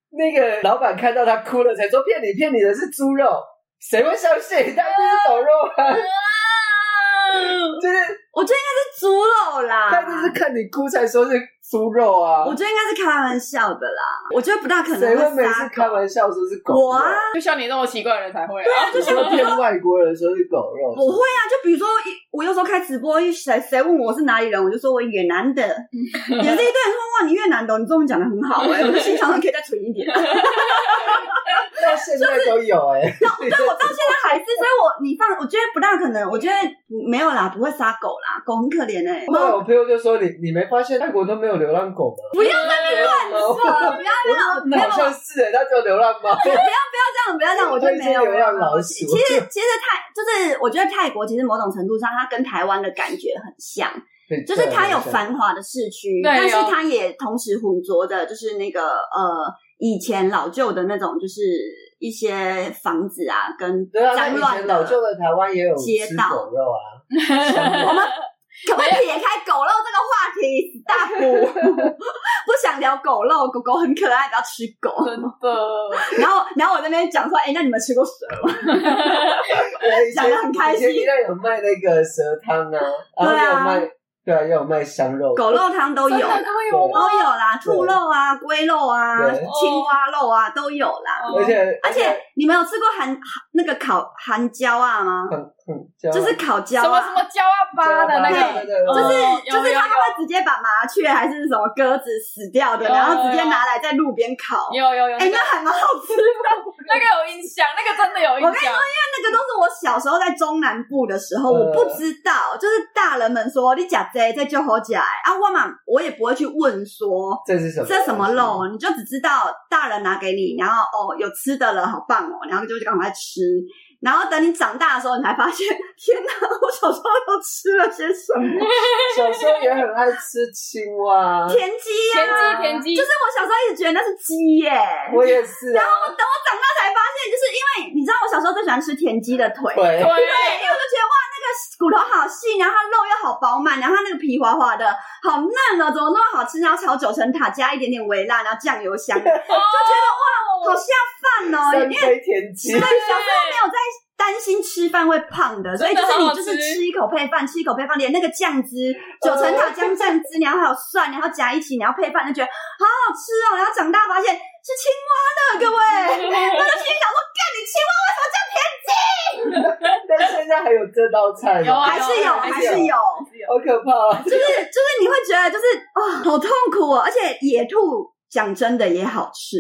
那个老板看到他哭了，才说骗你骗你的是猪肉，谁会相信？当然是狗肉啊！就是我觉得应该是猪肉啦， 他就是看你哭才说是猪肉啊！ 我觉得应该是开玩笑的啦，我觉得不大可能谁会每杀狗。 次开玩笑说是狗肉？ 我啊， 就像你这么奇怪的人才会啊。 对啊，就像说骗外国人说是狗肉， 我会啊，就比如说我有时候开直播，谁谁问我是哪里人，我就说我越南的，也是一堆人说哇你越南的，你中文讲得很好哎、欸，我就心想可以再蠢一点。 到现在都有哎、欸， 对，我到现在还是，所以我你放，我觉得不大可能，我觉得没有啦，不会杀狗啦，狗很可怜哎、欸。 那我朋友就说你你没发现泰国都没有流浪狗吗？ 不要在那边乱说，不要这样，不要好像是哎，他只有流浪猫。 不要不要这样，不要这样，我觉得没有流浪老鼠。 其实其实泰就是我觉得泰国其实某种程度上它跟台湾的感觉很像。就是它有繁华的市区，但是它也同时混浊着，就是那个呃以前老旧的那种，就是一些房子啊，跟脏乱的老旧的台湾也有街道狗肉啊。 我们可不可以撇开狗肉这个话题？大补不想聊狗肉，狗狗很可爱，不要吃狗。 真的。 然后，然后我那边讲说，哎、欸，那你们吃过蛇吗？讲得很开心。 以前有卖那个蛇汤啊，然后有卖。对啊，也有卖香肉， 狗肉汤都有， 都有都有啦，兔肉啊、龟肉啊、青蛙肉啊都有啦。 而且而且，你们有吃过韩那个烤韩椒啊吗？就是烤椒啊， 什么什么椒啊巴的那个， 就是就是他们会直接把麻雀还是什么鸽子死掉的，然后直接拿来在路边烤。 有有有， 哎，那还蛮好吃的。 那个有印象，那个真的有印象。 我跟你说，因为那个都是我小时候在中南部的时候，我不知道，就是大人们说你假这这就好假啊，我嘛我也不会去问说这是什么这什么肉，你就只知道大人拿给你，然后哦有吃的了，好棒哦，然后就赶快吃。然后等你长大的时候，你才发现，天哪！我小时候都吃了些什么？ 小时候也很爱吃青蛙、 田鸡呀、 啊，田鸡，田鸡。 就是我小时候一直觉得那是鸡耶。 我也是、啊。 然后等我长大才发现，就是因为你知道，我小时候最喜欢吃田鸡的腿。 对。 对，因为我就觉得哇，那个骨头好细，然后它肉又好饱满，然后它那个皮滑滑的，好嫩哦，怎么那么好吃？然后炒九层塔，加一点点微辣，然后酱油香，就觉得哇，好下饭哦。 三杯田鸡。 对，小时候没有在担心吃饭会胖的，所以就是你就是吃一口配饭，吃一口配饭，连那个酱汁九层塔姜酱汁，然后还有蒜，然后夹一起，然后配饭，就觉得好好吃哦。然后长大发现是青蛙呢，各位，我就心里想说，干你青蛙为什么叫田鸡？ 但现在还有这道菜吗？ 还是有，还是有， 好可怕、啊！ 就是就是你会觉得就是哦，好痛苦哦，而且野兔讲真的也好吃，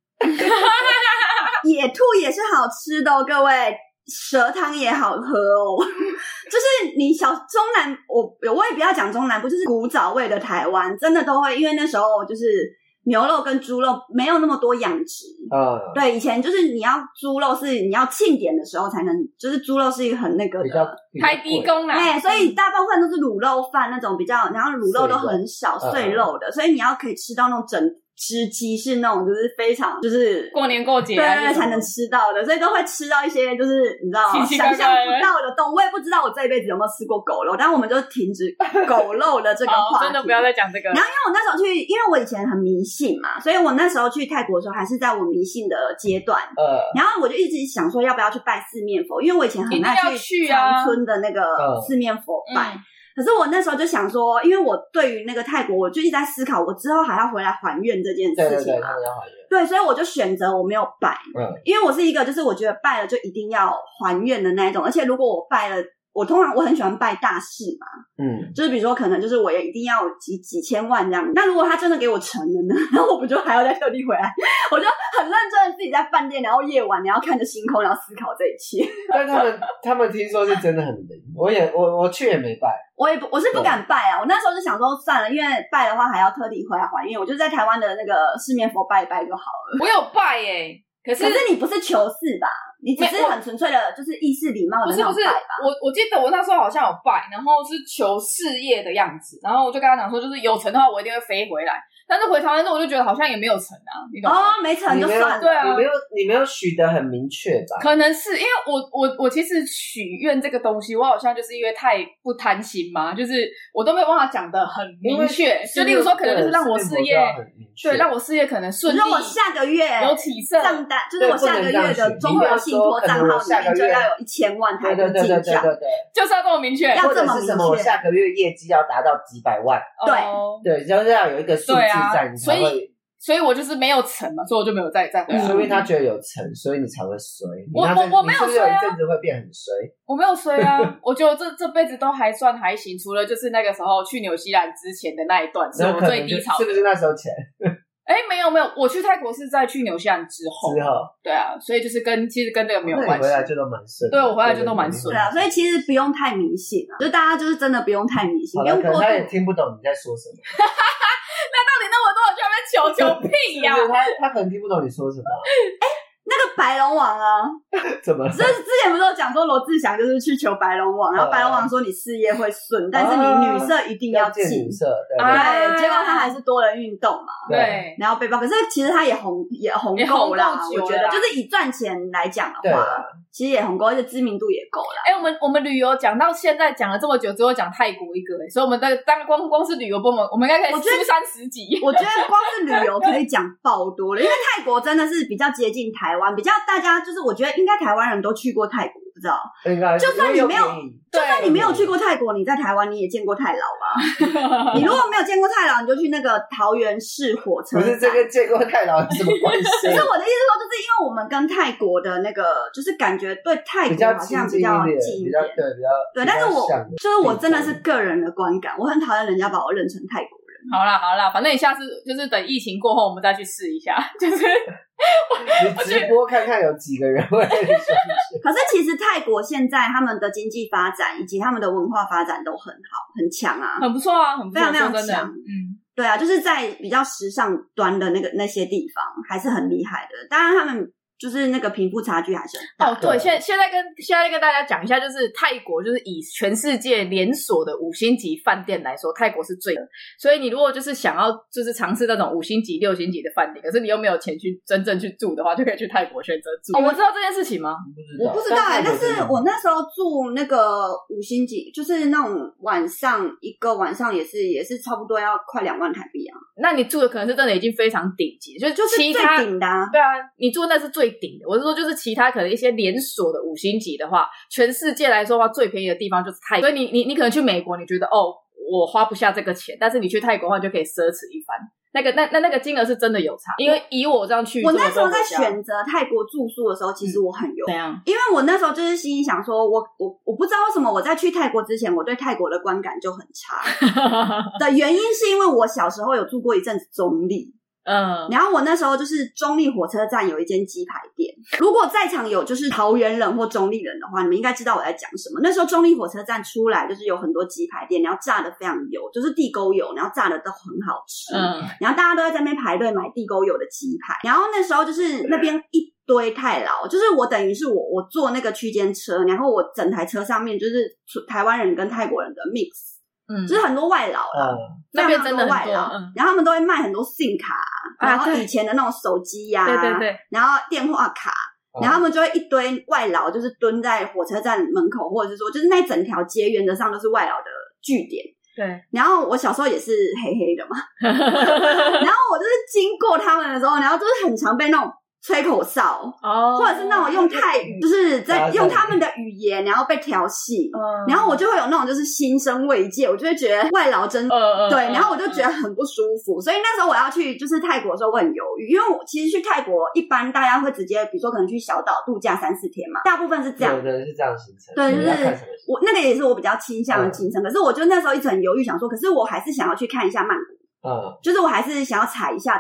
野兔也是好吃的哦，各位。蛇汤也好喝哦，就是你小中南，我我也不要讲中南部，就是古早味的台湾，真的都会，因为那时候就是牛肉跟猪肉没有那么多养殖啊、嗯。对，以前就是你要猪肉是你要庆典的时候才能，就是猪肉是一个很那个的台低工啊， 哎、欸，所以大部分都是卤肉饭那种比较，然后卤肉都很少碎肉的，嗯、所以你要可以吃到那种整。吃鸡是那种就是非常就是过年过节对对对才能吃到的，所以都会吃到一些就是你知道奇奇怪怪想象不到的动物。我也不知道我这一辈子有没有吃过狗肉，但我们就停止狗肉的这个话题。 真的不要再讲这个。 然后因为我那时候去，因为我以前很迷信嘛，所以我那时候去泰国的时候还是在我迷信的阶段。呃，然后我就一直想说要不要去拜四面佛，因为我以前很爱去长春的那个四面佛拜。嗯嗯可是我那时候就想说，因为我对于那个泰国，我就一直在思考，我之后还要回来还愿这件事情嘛。 对对对，他们要还愿。 对，所以我就选择我没有拜，嗯，因为我是一个就是我觉得拜了就一定要还愿的那一种，而且如果我拜了，我通常我很喜欢拜大事嘛，嗯，就是比如说可能就是我也一定要几几千万这样，那如果他真的给我成了呢，然后我不就还要再特地回来，我就很认真的自己在饭店，然后夜晚然后看着星空，然后思考这一切。 但他们他们听说是真的很灵，我也我我去也没拜。 我也不，我是不敢拜啊！我那时候就想说算了，因为拜的话还要特地回来还愿，我就在台湾的那个四面佛拜一拜就好了。 我有拜耶、欸，可是可是你不是求事吧？你只是很纯粹的，就是意识礼貌的那种拜吧？ 我我记得我那时候好像有拜，然后是求事业的样子，然后我就跟他讲说，就是有成的话我一定会飞回来。 但是回台湾之后我就觉得好像也没有成啊，你懂吗？ 哦，没成就算了。 对啊， 你没有你没有许得很明确吧？ 可能是因为我我我其实许愿这个东西，我好像就是因为太不贪心嘛，就是我都没有办法讲得很明确。就例如说，可能就是让我事业对让我事业可能顺利， 如果我下个月有起色账单，就是我下个月的中国信托账号里面就要有一千万台币进账， 就是要这么明确， 要这么明确。 或者是什么？我下个月业绩要达到几百万， 对对，就是要有一个数字在，你才会。 所以我就是没有成嘛，所以我就没有再再回来。 所以他觉得有成，所以你才会衰。 我我我没有衰啊， 你是不是有一阵子会变很衰？ 我没有衰啊，我觉得这这辈子都还算还行，除了就是那个时候去纽西兰之前的那一段是我最低潮的。 是不是那时候钱？ 哎，没有没有，我去泰国是在去纽西兰之后。 之后， 对啊，所以就是跟其实跟这个没有关系。 回来就都蛮顺。 对，我回来就都蛮顺。 对啊，所以其实不用太迷信啊，就大家就是真的不用太迷信，不用过度。 他也听不懂你在说什么。 那到底那么多人去那边求求屁呀、 啊？他他可能听不懂你说什么。 哎、欸，那个白龙王啊， 怎么？ 这之前不是有讲说罗志祥就是去求白龙王，然后白龙王说你事业会顺，但是你女色一定要进。 女色，对。 对，结果他还是多人运动嘛。 对。 然后被爆，可是其实他也红也红够啦，我觉得就是以赚钱来讲的话，其实也红够，而且知名度也够啦。 哎、欸，我们我们旅游讲到现在讲了这么久，只有讲泰国一个、欸，所以我们的当光光是旅游部门，我们应该可以出三十集。 我觉得光是旅游可以讲爆多了，因为泰国真的是比较接近台湾，比较大家就是我觉得应该台湾人都去过泰国，不知道？ 应该就算你没有，就算你没有去过泰国，你在台湾你也见过泰劳吧？你如果没有见过泰劳，你就去那个桃园市火车站。 不是这跟见过泰劳有什么关系？ 可是我的意思说，就是因为我们跟泰国的那个，就是感觉对泰国好像比较近一点， 对，比较对。但是我就是我真的是个人的观感，我很讨厌人家把我认成泰国人。 好啦好啦，反正你下次就是等疫情过后，我们再去试一下，就是你直播看看有几个人会。 可是其实泰国现在他们的经济发展以及他们的文化发展都很好，很强啊， 很不错啊，很不错， 非常非常强。 嗯，对啊，就是在比较时尚端的那个那些地方还是很厉害的。当然他们就是那个贫富差距还是很大。 哦，对，现现在跟现在跟大家讲一下，就是泰国就是以全世界连锁的五星级饭店来说，泰国是最的。所以你如果就是想要就是尝试那种五星级、六星级的饭店，可是你又没有钱去真正去住的话，就可以去泰国选择住。哦，我知道这件事情吗？ 我不知道哎、欸，但是我那时候住那个五星级，就是那种晚上一个晚上也是也是差不多要快两万台币啊。 那你住的可能是真的已经非常顶级，就就是其他最顶的啊。 对啊，你住的那是最顶的。我是说，就是其他可能一些连锁的五星级的话，全世界来说的话，最便宜的地方就是泰国。所以你你你可能去美国，你觉得哦，我花不下这个钱，但是你去泰国的话，就可以奢侈一番。那个那那那个金额是真的有差，因为以我这样去， 我那时候在选择泰国住宿的时候，其实我很犹豫。 怎样？ 因为我那时候就是心里想说，我我我不知道为什么我在去泰国之前，我对泰国的观感就很差的原因，是因为我小时候有住过一阵子中立。嗯，然后我那时候就是中立火车站有一间鸡排店。如果在场有就是桃园人或中立人的话，你们应该知道我在讲什么。那时候中立火车站出来就是有很多鸡排店，然后炸的非常油，就是地沟油，然后炸的都很好吃。嗯，然后大家都在那边排队买地沟油的鸡排。然后那时候就是那边一堆泰劳，就是我等于是我我坐那个区间车，然后我整台车上面就是台湾人跟泰国人的 mix。嗯，就是很多外劳啦，嗯、 那边真的外劳、嗯，然后他们都会卖很多 SIM 卡，然后以前的那种手机呀、啊， 对对对， 然后电话卡，嗯、然后他们就会一堆外劳，就是蹲在火车站门口，或者是说，就是那整条街原则上都是外劳的据点。 对， 然后我小时候也是黑黑的嘛，然后我就是经过他们的时候，然后就是很常被那种。吹口哨哦，或者是那种用泰语，就是在用他们的语言，然后被调戏，嗯、然后我就会有那种就是心生慰藉，我就会觉得外劳真、嗯、对，然后我就觉得很不舒服，所以那时候我要去就是泰国的时候，我很犹豫，因为我其实去泰国一般大家会直接，比如说可能去小岛度假三四天嘛，大部分是这样， 有的人是这样行程， 对，就是我那个也是我比较倾向的行程、嗯，可是我就那时候一直很犹豫，想说，可是我还是想要去看一下曼谷，嗯，就是我还是想要踩一下。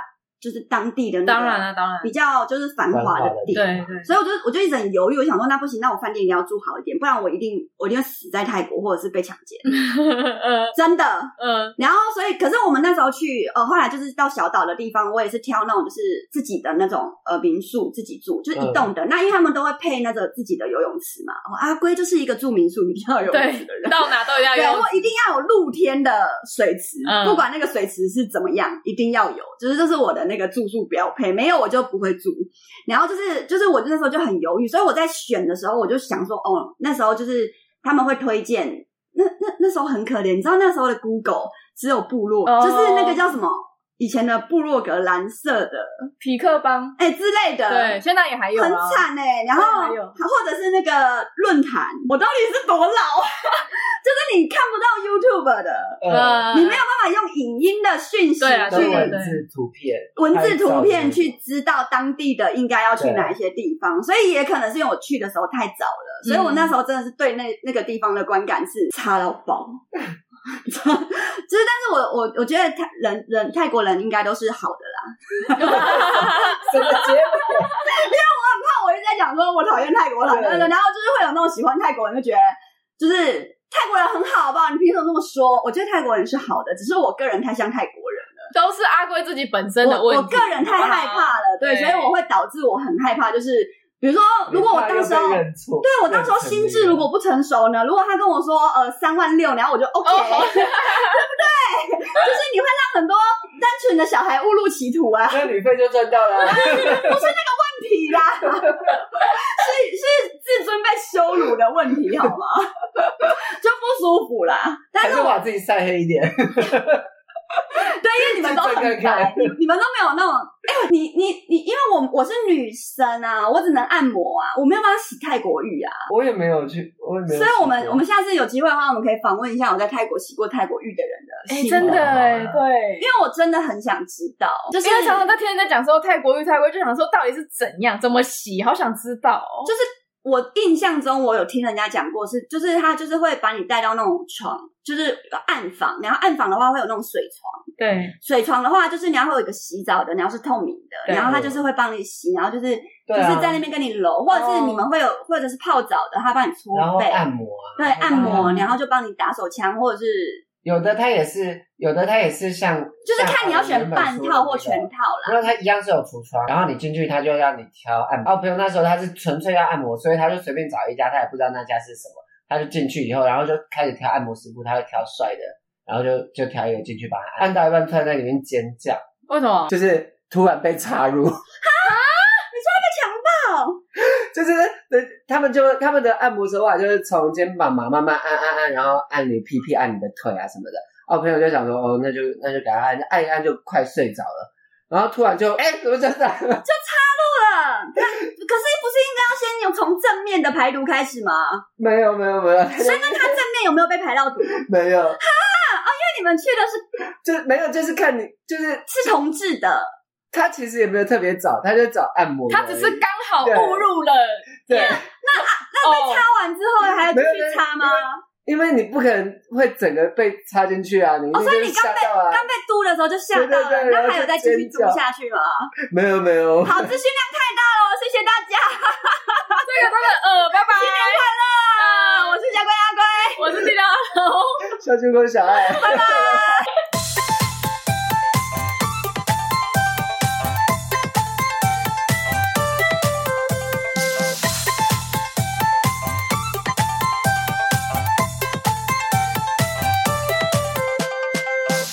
就是当地的那个， 当然了，当然比较就是繁华的地方， 对对， 所以我就我就一直很犹豫，我想说那不行，那我饭店一定要住好一点，不然我一定我一定会死在泰国或者是被强奸，真的，嗯。然后所以，可是我们那时候去，呃，后来就是到小岛的地方，我也是挑那种就是自己的那种呃民宿自己住，就是一栋的。嗯、那因为他们都会配那个自己的游泳池嘛，哦、阿龟就是一个住民宿一定要有游泳池的人， 到哪都要有， 对，或一定要有露天的水池，嗯、不管那个水池是怎么样，一定要有，就是这是我的那个住宿标配，没有我就不会住。然后就是就是我那时候就很犹豫，所以我在选的时候我就想说，哦，那时候就是他们会推荐，那那那时候很可怜，你知道那时候的 Google 只有部落，哦、就是那个叫什么以前的部落格蓝色的匹克邦哎、欸、之类的， 对，现在也还有、啊， 很惨哎、欸。然后或者是那个论坛，我到底是多老？就是你看不到 YouTube 的，呃，你没有办法用影音的讯息去文字图片、 文字图片去知道当地的应该要去哪一些地方，所以也可能是因为我去的时候太早了，所以我那时候真的是对那那个地方的观感是差到爆。就是，但是我我我觉得泰人人泰国人应该都是好的啦。 什么结尾？ 因为我很怕，我一直在讲说我讨厌泰国人，然后就是会有那种喜欢泰国人就觉得，就是泰国人很好，好不好？你凭什么这么说？我觉得泰国人是好的，只是我个人太像泰国人了， 都是阿龟自己本身的问题。 我, 我个人太害怕了，对，对所以我会导致我很害怕，就是。比如说，如果我当时候对我当时候心智如果不成熟呢？如果他跟我说呃三万六，然后我就 OK，、oh, 对不对？就是你会让很多单纯的小孩误入歧途啊。 那旅费就赚到了， 不是那个问题啦，是是自尊被羞辱的问题，好吗？就不舒服啦。但是我还是把自己晒黑一点。 对，因为你们都很白，你你们都没有那种，哎、欸，你你你，因为我我是女生啊，我只能按摩啊，我没有办法洗泰国浴啊。 我也没有去，我也没有。 所以我们我们下次有机会的话，我们可以访问一下我在泰国洗过泰国浴的人的。 哎、欸，真的哎、欸，对， 因为我真的很想知道， 就是因为常常在天天在讲说泰国浴，泰国浴就想说到底是怎样，怎么洗，好想知道、哦。 就是我印象中，我有听人家讲过是，就是他就是会把你带到那种床。就是暗房，然后暗房的话会有那种水床， 对， 水床的话就是你要会有一个洗澡的，然后是透明的，然后他就是会帮你洗，然后就是、啊、就是在那边跟你揉，或者是你们会有，或者是泡澡的，他帮你搓背， 按摩啊， 对，按摩，然后就帮你打手枪，或者是有的他也是，有的他也是像， 就是看你要选半套或全套啦， 因为他一样是有橱窗，然后你进去他就让你挑按摩，哦，朋友那时候他是纯粹要按摩，所以他就随便找一家，他也不知道那家是什么。他就进去以后，然后就开始挑按摩师傅，他会挑帅的，然后就就挑一个进去把他按，按到一半突然在里面尖叫， 为什么？ 就是突然被插入。 哈，你说被强暴？ 就是他们就他们的按摩手法就是从肩膀嘛慢慢按按按，然后按你屁屁，按你的腿啊什么的。哦，朋友就想说，哦，那就那就给他按，按一按就快睡着了，然后突然就哎，怎么这样？就插入了。那可是不是应该要先有从正面的排毒开始吗？ 没有没有没有。 所以那他正面有没有被排到毒？ 没有。哈啊，因为你们去的是就没有，就是看你就是是同志的。 他其实也没有特别找，他就找按摩的， 他只是刚好误入了。 对。 那那被插完之后还要继续插吗？ 因为你不可能会整个被插进去啊，你一定就是吓到啊！ 哦，所以你刚被刚被嘟的时候就吓到了，对对对，那还有再继续嘟下去吗？ 没有没有。 好，资讯量太大了，谢谢大家。 这个真的呃，拜拜， 新年快乐！呃、我是小龟阿龟， 我是地条阿龙， 小猪狗小爱， 拜拜。